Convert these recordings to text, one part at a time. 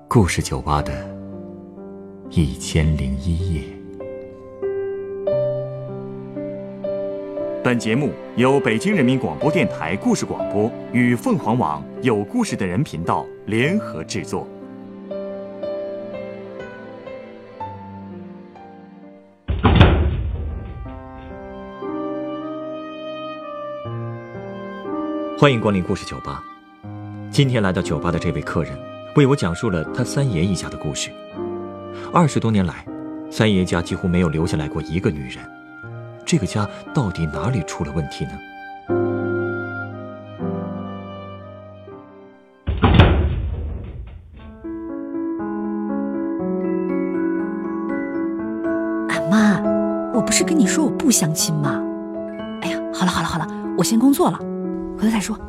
故事酒吧的1001夜。 本节目由北京人民广播电台故事广播与凤凰网有故事的人频道联合制作。 欢迎光临故事酒吧。今天来到酒吧的这位客人为我讲述了他三爷一家的故事。20多年来，三爷家几乎没有留下来过一个女人，这个家到底哪里出了问题呢？ 俺妈，我不是跟你说我不相亲吗？哎呀，好了，我先工作了，回头再说。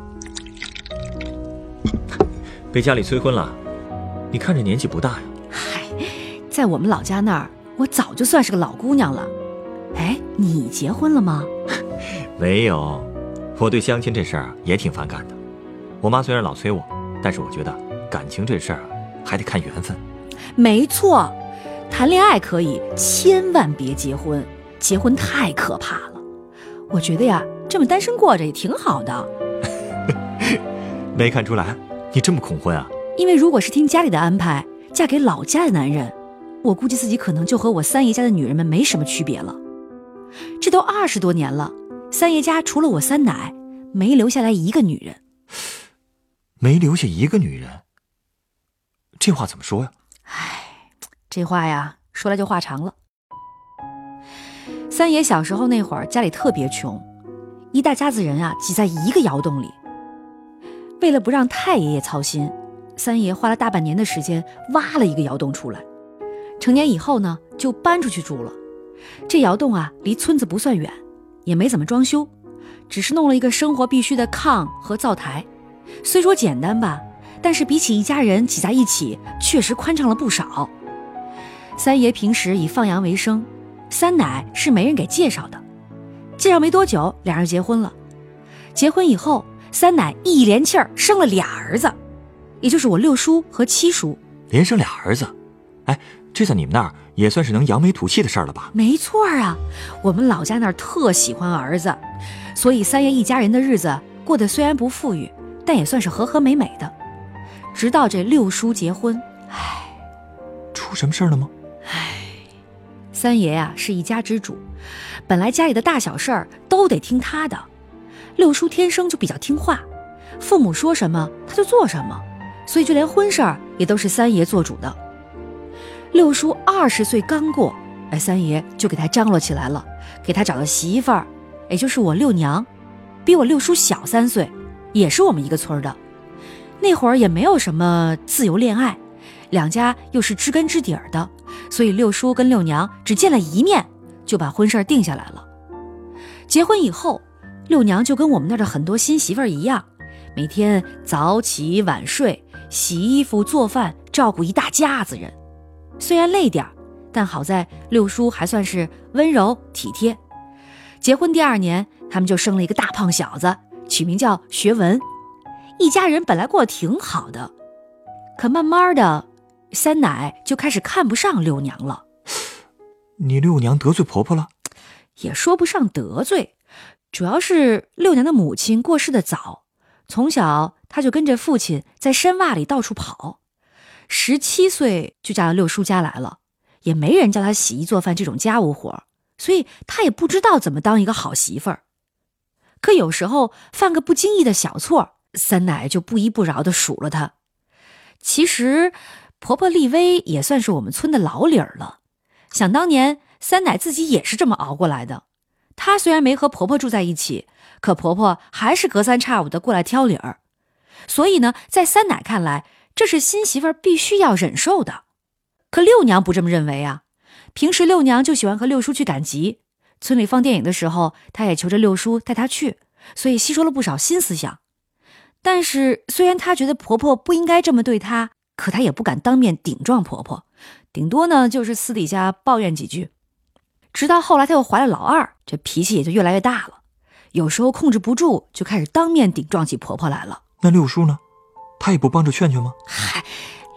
被家里催婚了？你看着年纪不大呀。 嗨，在我们老家那儿，我早就算是个老姑娘了。哎，你结婚了吗？ 没有，我对相亲这事儿也挺反感的。我妈虽然老催我，但是我觉得感情这事儿还得看缘分。 没错，谈恋爱可以，千万别结婚，结婚太可怕了。我觉得呀，这么单身过着也挺好的。 没看出来你这么恐婚啊？ 因为如果是听家里的安排，嫁给老家的男人，我估计自己可能就和我三爷家的女人们没什么区别了。这都20多年了，三爷家除了我三奶，没留下来一个女人。 没留下一个女人？这话怎么说呀？ 唉，这话呀，说来就话长了。三爷小时候那会儿，家里特别穷，一大家子人啊挤在一个窑洞里。为了不让太爷爷操心，三爷花了大半年的时间挖了一个窑洞出来。成年以后呢，就搬出去住了。这窑洞啊，离村子不算远，也没怎么装修，只是弄了一个生活必须的炕和灶台。虽说简单吧，但是比起一家人挤在一起，确实宽敞了不少。三爷平时以放羊为生，三奶是媒人给介绍的。介绍没多久，俩人结婚了。结婚以后，三奶一连气儿生了俩儿子，也就是我六叔和七叔。 连生俩儿子？哎，这在你们那儿也算是能扬眉吐气的事儿了吧？ 没错啊，我们老家那儿特喜欢儿子，所以三爷一家人的日子过得虽然不富裕，但也算是和和美美的。直到这六叔结婚， 出什么事儿了吗？ 三爷啊是一家之主，本来家里的大小事儿都得听他的。六叔天生就比较听话，父母说什么他就做什么，所以就连婚事儿也都是三爷做主的。六叔20岁刚过，三爷就给他张罗起来了，给他找了媳妇儿，也就是我六娘，比我六叔小3岁，也是我们一个村的。那会儿也没有什么自由恋爱，两家又是知根知底儿的，所以六叔跟六娘只见了一面，就把婚事定下来了。结婚以后，六娘就跟我们那儿的很多新媳妇儿一样，每天早起晚睡，洗衣服做饭，照顾一大家子人。虽然累点儿，但好在六叔还算是温柔体贴。结婚第2年，他们就生了一个大胖小子，取名叫学文。一家人本来过得挺好的，可慢慢的，三奶就开始看不上六娘了。 你六娘得罪婆婆了？ 也说不上得罪，主要是六娘的母亲过世的早，从小她就跟着父亲在山洼里到处跑，17岁就嫁到六叔家来了，也没人叫她洗衣做饭这种家务活，所以她也不知道怎么当一个好媳妇儿。可有时候犯个不经意的小错，三奶就不依不饶地数落她。其实婆婆丽薇也算是我们村的老理儿了，想当年三奶自己也是这么熬过来的。她虽然没和婆婆住在一起，可婆婆还是隔三差五的过来挑理儿。所以呢，在三奶看来，这是新媳妇儿必须要忍受的。可六娘不这么认为啊，平时六娘就喜欢和六叔去赶集，村里放电影的时候，她也求着六叔带她去，所以吸收了不少新思想。但是虽然她觉得婆婆不应该这么对她，可她也不敢当面顶撞婆婆，顶多呢就是私底下抱怨几句。直到后来她又怀了老二，这脾气也就越来越大了，有时候控制不住，就开始当面顶撞起婆婆来了。 那六叔呢？他也不帮着劝劝吗？ 嗨，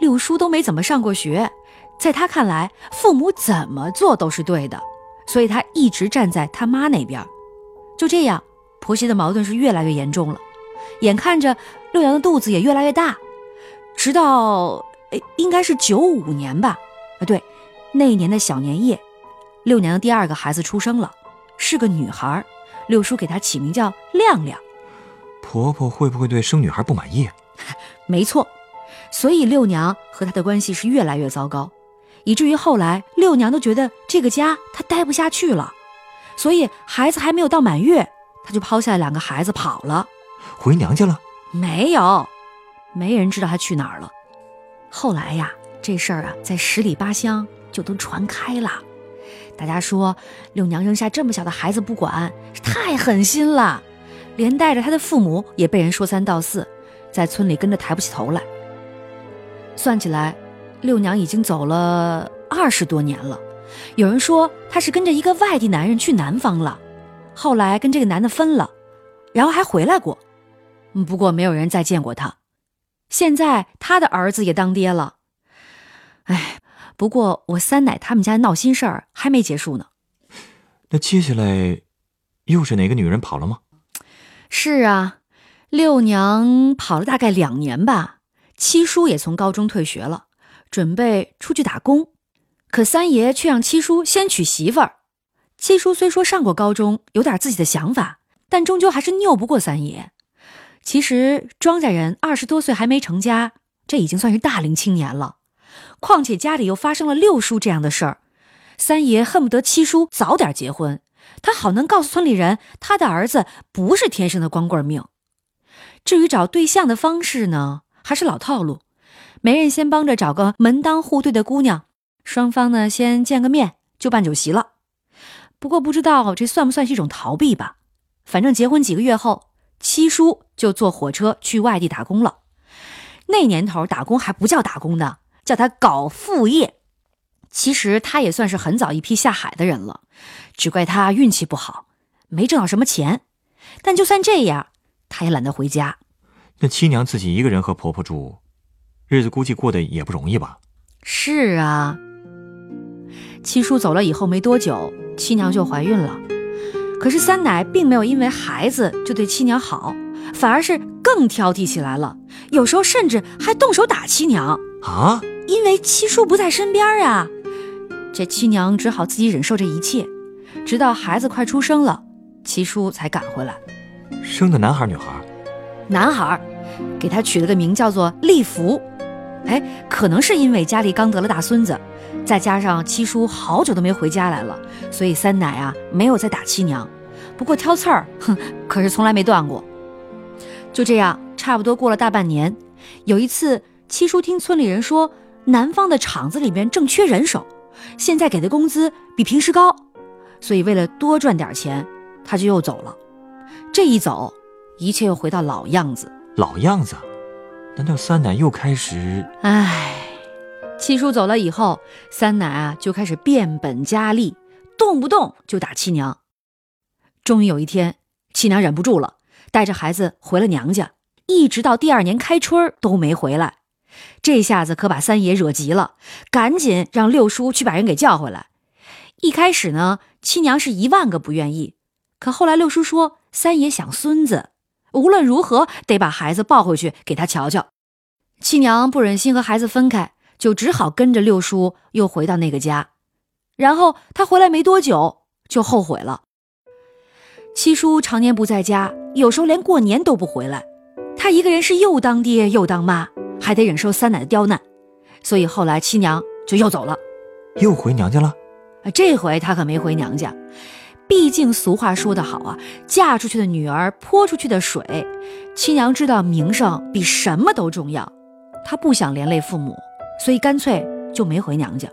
六叔都没怎么上过学，在他看来，父母怎么做都是对的，所以他一直站在他妈那边。就这样，婆媳的矛盾是越来越严重了，眼看着六娘的肚子也越来越大，直到应该是95年吧，对，那一年的小年夜，六娘的第2个孩子出生了，是个女孩，六叔给她起名叫亮亮。 婆婆会不会对生女孩不满意？ 没错，所以六娘和她的关系是越来越糟糕，以至于后来六娘都觉得这个家她待不下去了，所以孩子还没有到满月，她就抛下2个孩子跑了。 回娘家了？ 没有，没人知道她去哪儿了。后来呀，这事儿啊在10里8乡就都传开了，大家说六娘扔下这么小的孩子不管，太狠心了，连带着她的父母也被人说三道四，在村里跟着抬不起头来。算起来，六娘已经走了20多年了。有人说她是跟着一个外地男人去南方了，后来跟这个男的分了，然后还回来过。不过没有人再见过她。现在她的儿子也当爹了。不过我三奶他们家闹心事儿还没结束呢。 那接下来又是哪个女人跑了吗？ 是啊，六娘跑了大概2年吧，七叔也从高中退学了，准备出去打工。可三爷却让七叔先娶媳妇儿。七叔虽说上过高中，有点自己的想法，但终究还是拗不过三爷。其实庄稼人20多岁还没成家，这已经算是大龄青年了。况且家里又发生了六叔这样的事儿，三爷恨不得七叔早点结婚，他好能告诉村里人他的儿子不是天生的光棍命。至于找对象的方式呢，还是老套路，媒人先帮着找个门当户对的姑娘，双方呢先见个面就办酒席了。不过不知道这算不算是一种逃避吧，反正结婚几个月后，七叔就坐火车去外地打工了。那年头打工还不叫打工呢，叫他搞副业。其实他也算是很早一批下海的人了，只怪他运气不好，没挣到什么钱。但就算这样，他也懒得回家。 那七娘自己一个人和婆婆住，日子估计过得也不容易吧？ 是啊，七叔走了以后没多久，七娘就怀孕了。可是三奶并没有因为孩子就对七娘好，反而是更挑剔起来了，有时候甚至还动手打七娘啊！ 因为七叔不在身边啊。这七娘只好自己忍受这一切，直到孩子快出生了，七叔才赶回来。 生的男孩女孩？ 男孩，给他取了个名叫做立福。可能是因为家里刚得了大孙子，再加上七叔好久都没回家来了，所以三奶啊没有再打七娘。不过挑刺儿，可是从来没断过。就这样，差不多过了大半年，有一次七叔听村里人说，南方的厂子里面正缺人手，现在给的工资比平时高，所以为了多赚点钱，他就又走了。这一走，一切又回到老样子。 老样子？难道三奶又开始…… 七叔走了以后，三奶啊就开始变本加厉，动不动就打七娘。终于有一天，七娘忍不住了，带着孩子回了娘家，一直到第2年开春都没回来。这下子可把三爷惹急了，赶紧让六叔去把人给叫回来。一开始呢，七娘是10000个不愿意，可后来六叔说三爷想孙子，无论如何得把孩子抱回去给他瞧瞧。七娘不忍心和孩子分开，就只好跟着六叔又回到那个家。然后他回来没多久就后悔了。七叔常年不在家，有时候连过年都不回来，他一个人是又当爹又当妈，还得忍受三奶的刁难，所以后来七娘就又走了。 又回娘家了？ 这回他可没回娘家，毕竟俗话说得好啊，嫁出去的女儿泼出去的水。七娘知道名声比什么都重要，她不想连累父母，所以干脆就没回娘家。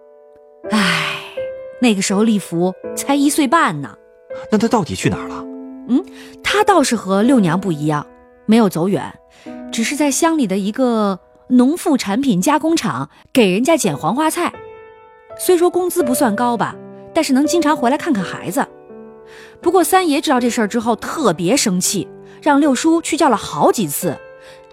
那个时候立福才1岁半呢。 那他到底去哪儿了？ 他倒是和六娘不一样，没有走远，只是在乡里的一个农副产品加工厂给人家捡黄花菜。虽说工资不算高吧，但是能经常回来看看孩子。不过三爷知道这事儿之后特别生气，让六叔去叫了好几次，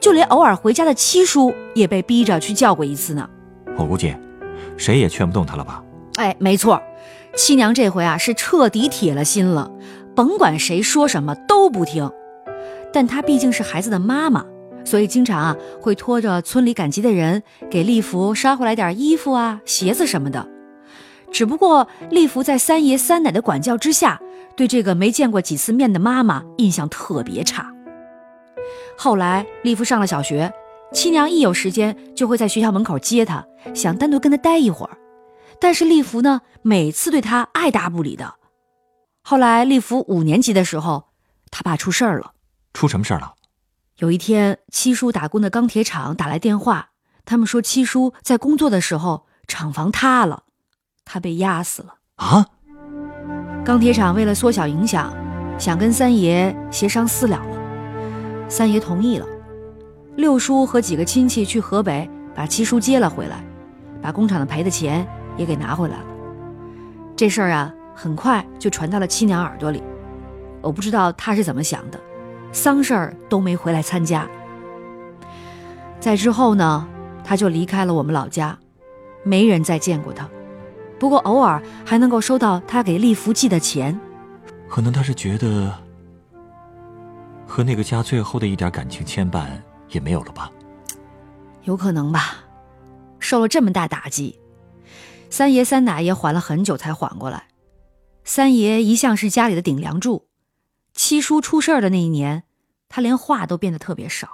就连偶尔回家的七叔也被逼着去叫过一次呢。 我估计谁也劝不动他了吧。 哎，没错，七娘这回啊是彻底铁了心了，甭管谁说什么都不听。但她毕竟是孩子的妈妈，所以经常啊会拖着村里赶集的人给丽福捎回来点衣服啊、鞋子什么的。只不过丽福在三爷三奶的管教之下，对这个没见过几次面的妈妈印象特别差。后来丽福上了小学，七娘一有时间就会在学校门口接她，想单独跟她待一会儿。但是丽福呢，每次对她爱答不理的。后来丽福5年级的时候，她爸出事儿了。 出什么事儿了？ 有一天，七叔打工的钢铁厂打来电话，他们说七叔在工作的时候厂房塌了，他被压死了。 啊？ 钢铁厂为了缩小影响，想跟三爷协商私了了。三爷同意了，六叔和几个亲戚去河北把七叔接了回来，把工厂的赔的钱也给拿回来了。这事儿啊，很快就传到了七娘耳朵里。我不知道她是怎么想的，丧事儿都没回来参加。在之后呢，她就离开了我们老家，没人再见过她。不过偶尔还能够收到她给丽福寄的钱。 可能他是觉得和那个家最后的一点感情牵绊也没有了吧。 有可能吧，受了这么大打击，三爷三奶也缓了很久才缓过来。三爷一向是家里的顶梁柱，七叔出事儿的那一年，他连话都变得特别少。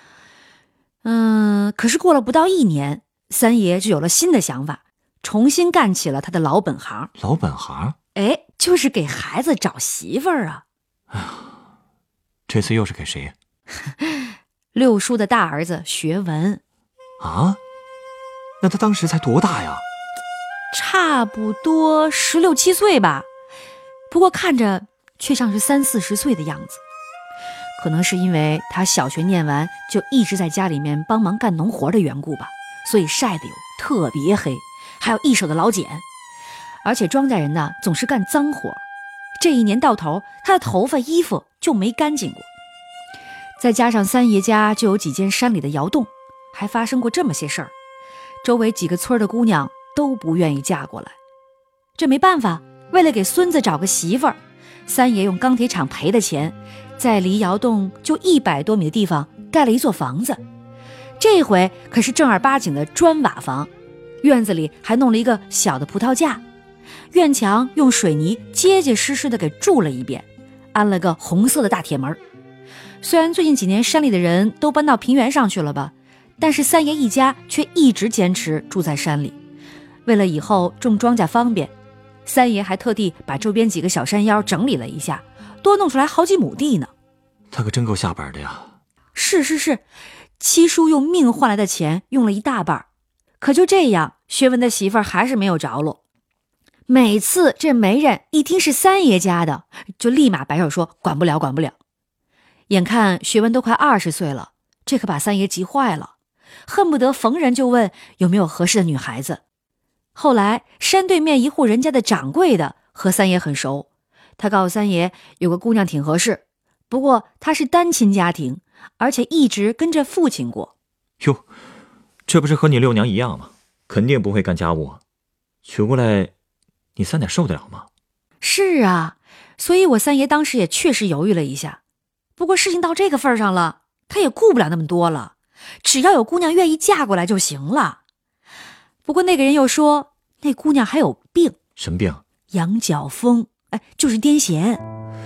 可是过了不到1年，三爷就有了新的想法，重新干起了他的老本行。 老本行？ 哎，就是给孩子找媳妇儿啊。 哎呀，这次又是给谁？ 六叔的大儿子学文。 啊？那他当时才多大呀？ 差不多16、17岁吧，不过看着却像是30、40岁的样子。可能是因为他小学念完就一直在家里面帮忙干农活的缘故吧，所以晒得有特别黑，还有一手的老茧。而且庄稼人呢总是干脏活，这一年到头他的头发衣服就没干净过。再加上三爷家就有几间山里的窑洞，还发生过这么些事儿，周围几个村的姑娘都不愿意嫁过来。这没办法，为了给孙子找个媳妇儿，三爷用钢铁厂赔的钱，在离窑洞就100多米的地方盖了一座房子。这回可是正儿八经的砖瓦房，院子里还弄了一个小的葡萄架，院墙用水泥结结实实的给筑了一遍，安了个红色的大铁门。虽然最近几年山里的人都搬到平原上去了吧，但是三爷一家却一直坚持住在山里。为了以后种庄稼方便，三爷还特地把周边几个小山腰整理了一下，多弄出来好几亩地呢。 他可真够下本的呀。 是，七叔用命换来的钱用了一大半，可就这样，学文的媳妇儿还是没有着落。每次这媒人一听是三爷家的，就立马摆手说管不了。眼看学文都快20岁了，这可把三爷急坏了，恨不得逢人就问有没有合适的女孩子。后来山对面一户人家的掌柜的和三爷很熟，他告诉三爷有个姑娘挺合适，不过她是单亲家庭，而且一直跟着父亲过。 哟，这不是和你六娘一样吗？肯定不会干家务，娶过来你三奶受得了吗？ 是啊，所以我三爷当时也确实犹豫了一下，不过事情到这个份上了，他也顾不了那么多了，只要有姑娘愿意嫁过来就行了。不过那个人又说那姑娘还有病。 什么病？ 羊角风，就是癫痫。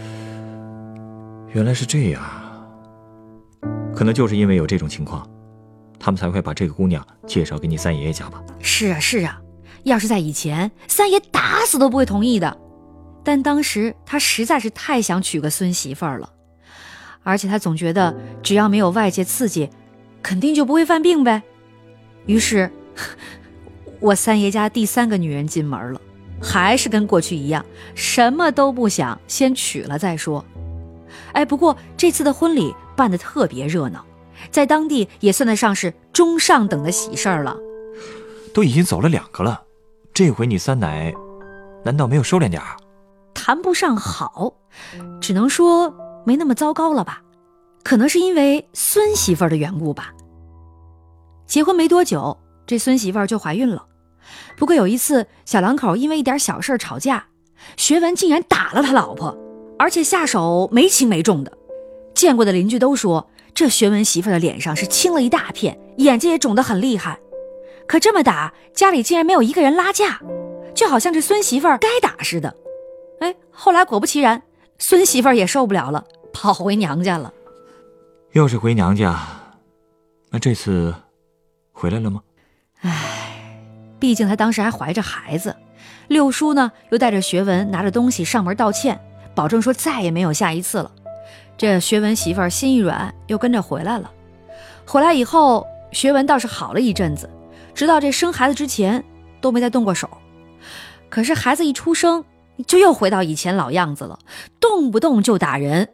原来是这样，可能就是因为有这种情况，他们才会把这个姑娘介绍给你三爷爷家吧。 是啊，要是在以前，三爷打死都不会同意的。但当时他实在是太想娶个孙媳妇儿了，而且他总觉得只要没有外界刺激，肯定就不会犯病呗。于是我三爷家第3个女人进门了，还是跟过去一样，什么都不想，先娶了再说。不过这次的婚礼办得特别热闹，在当地也算得上是中上等的喜事儿了。 都已经走了2个了，这回你三奶难道没有收敛点儿？ 谈不上好，只能说没那么糟糕了吧。 可能是因为孙媳妇儿的缘故吧。结婚没多久，这孙媳妇儿就怀孕了。不过有一次，小两口因为一点小事吵架，学文竟然打了他老婆，而且下手没轻没重的。见过的邻居都说，这学文媳妇的脸上是青了一大片，眼睛也肿得很厉害。可这么打，家里竟然没有一个人拉架，就好像这孙媳妇该打似的。后来果不其然，孙媳妇也受不了了，跑回娘家了。 又是回娘家，那这次回来了吗？ 毕竟她当时还怀着孩子，六叔呢又带着学文拿着东西上门道歉，保证说再也没有下一次了。这学文媳妇心一软，又跟着回来了。回来以后，学文倒是好了一阵子，直到这生孩子之前都没再动过手。可是孩子一出生，就又回到以前老样子了，动不动就打人。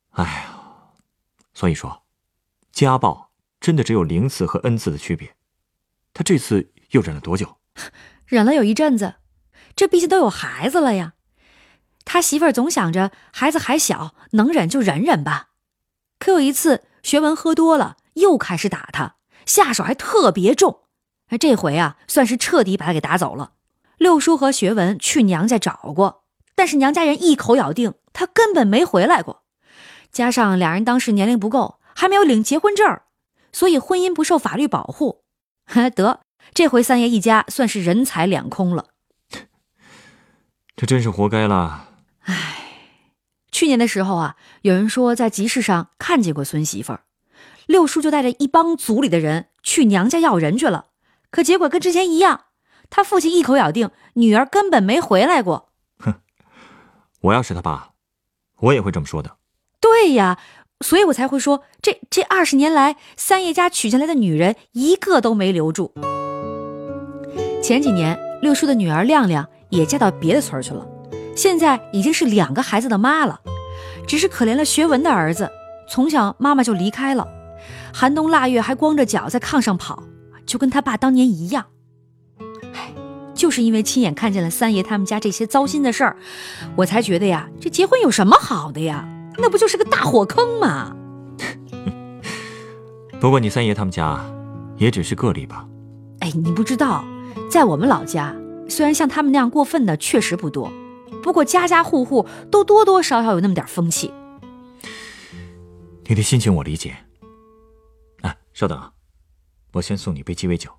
所以说，家暴真的只有0次和 N 次的区别。他这次又忍了多久？ 忍了有一阵子，这毕竟都有孩子了呀。他媳妇儿总想着孩子还小，能忍就忍忍吧。可有一次学文喝多了，又开始打他，下手还特别重。这回啊，算是彻底把他给打走了。六叔和学文去娘家找过，但是娘家人一口咬定他根本没回来过。加上俩人当时年龄不够，还没有领结婚证，所以婚姻不受法律保护。得，这回三爷一家算是人财两空了。 这真是活该了。 去年的时候啊，有人说在集市上看见过孙媳妇儿，六叔就带着一帮族里的人去娘家要人去了。可结果跟之前一样，他父亲一口咬定女儿根本没回来过。 我要是他爸，我也会这么说的。 对呀，所以我才会说，这20年来，三爷家娶进来的女人一个都没留住。前几年，六叔的女儿亮亮也嫁到别的村去了，现在已经是2个孩子的妈了。只是可怜了学文的儿子，从小妈妈就离开了，寒冬腊月还光着脚在炕上跑，就跟他爸当年一样。就是因为亲眼看见了三爷他们家这些糟心的事儿，我才觉得呀，这结婚有什么好的呀？那不就是个大火坑吗？ 不过你三爷他们家也只是个例吧？ 你不知道，在我们老家，虽然像他们那样过分的确实不多，不过家家户户都多多少少有那么点风气。 你的心情我理解。稍等啊，我先送你杯鸡尾酒。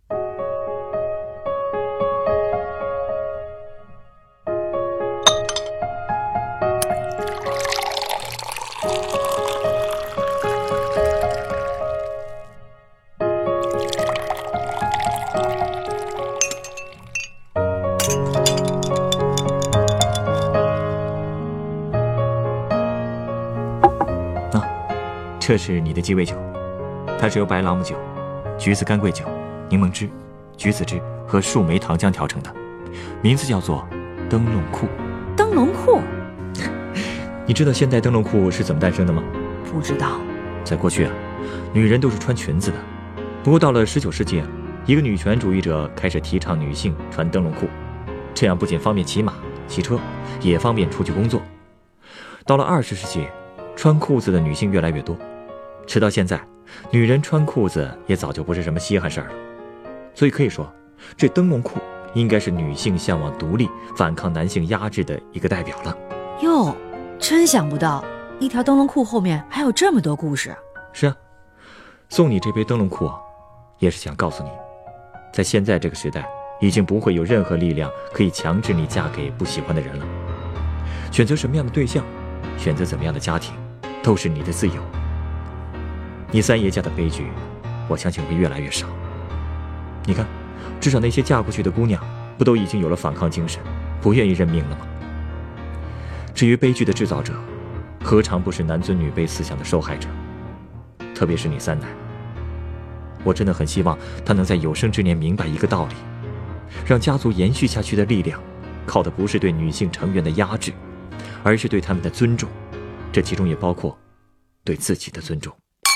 这是你的鸡尾酒，它是由白朗姆酒、橘子干桂酒、柠檬汁、橘子汁和树莓糖浆调成的，名字叫做灯笼裤。 灯笼裤？ 你知道现代灯笼裤是怎么诞生的吗？ 不知道。 在过去啊，女人都是穿裙子的。不过到了19世纪，一个女权主义者开始提倡女性穿灯笼裤，这样不仅方便骑马、骑车，也方便出去工作。到了20世纪，穿裤子的女性越来越多。直到现在，女人穿裤子也早就不是什么稀罕事儿了。所以可以说，这灯笼裤应该是女性向往独立、反抗男性压制的一个代表了。 哟，真想不到，一条灯笼裤后面还有这么多故事。 是啊，送你这杯灯笼裤也是想告诉你，在现在这个时代，已经不会有任何力量可以强制你嫁给不喜欢的人了。选择什么样的对象，选择怎么样的家庭，都是你的自由。你三爷家的悲剧，我相信会越来越少。你看，至少那些嫁过去的姑娘，不都已经有了反抗精神，不愿意认命了吗？至于悲剧的制造者，何尝不是男尊女卑思想的受害者？特别是你三奶，我真的很希望她能在有生之年明白一个道理，让家族延续下去的力量，靠的不是对女性成员的压制，而是对他们的尊重，这其中也包括对自己的尊重。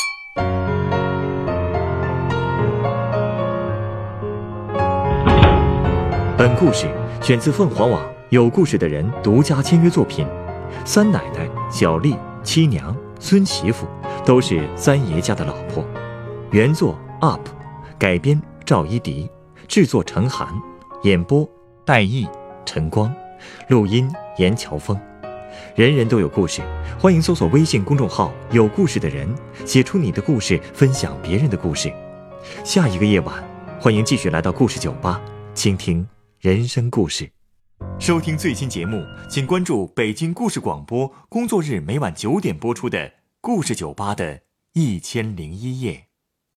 本故事选自凤凰网有故事的人独家签约作品，三奶奶、小丽、七娘、孙媳妇都是三爷家的老婆。原作 UP， 改编赵一迪，制作陈寒，演播戴毅、陈光，录音严乔峰。人人都有故事，欢迎搜索微信公众号“有故事的人”，写出你的故事，分享别人的故事。下一个夜晚，欢迎继续来到故事酒吧，倾听人生故事。 收听最新节目，请关注北京故事广播，工作日每晚9点播出的故事酒吧的1001夜。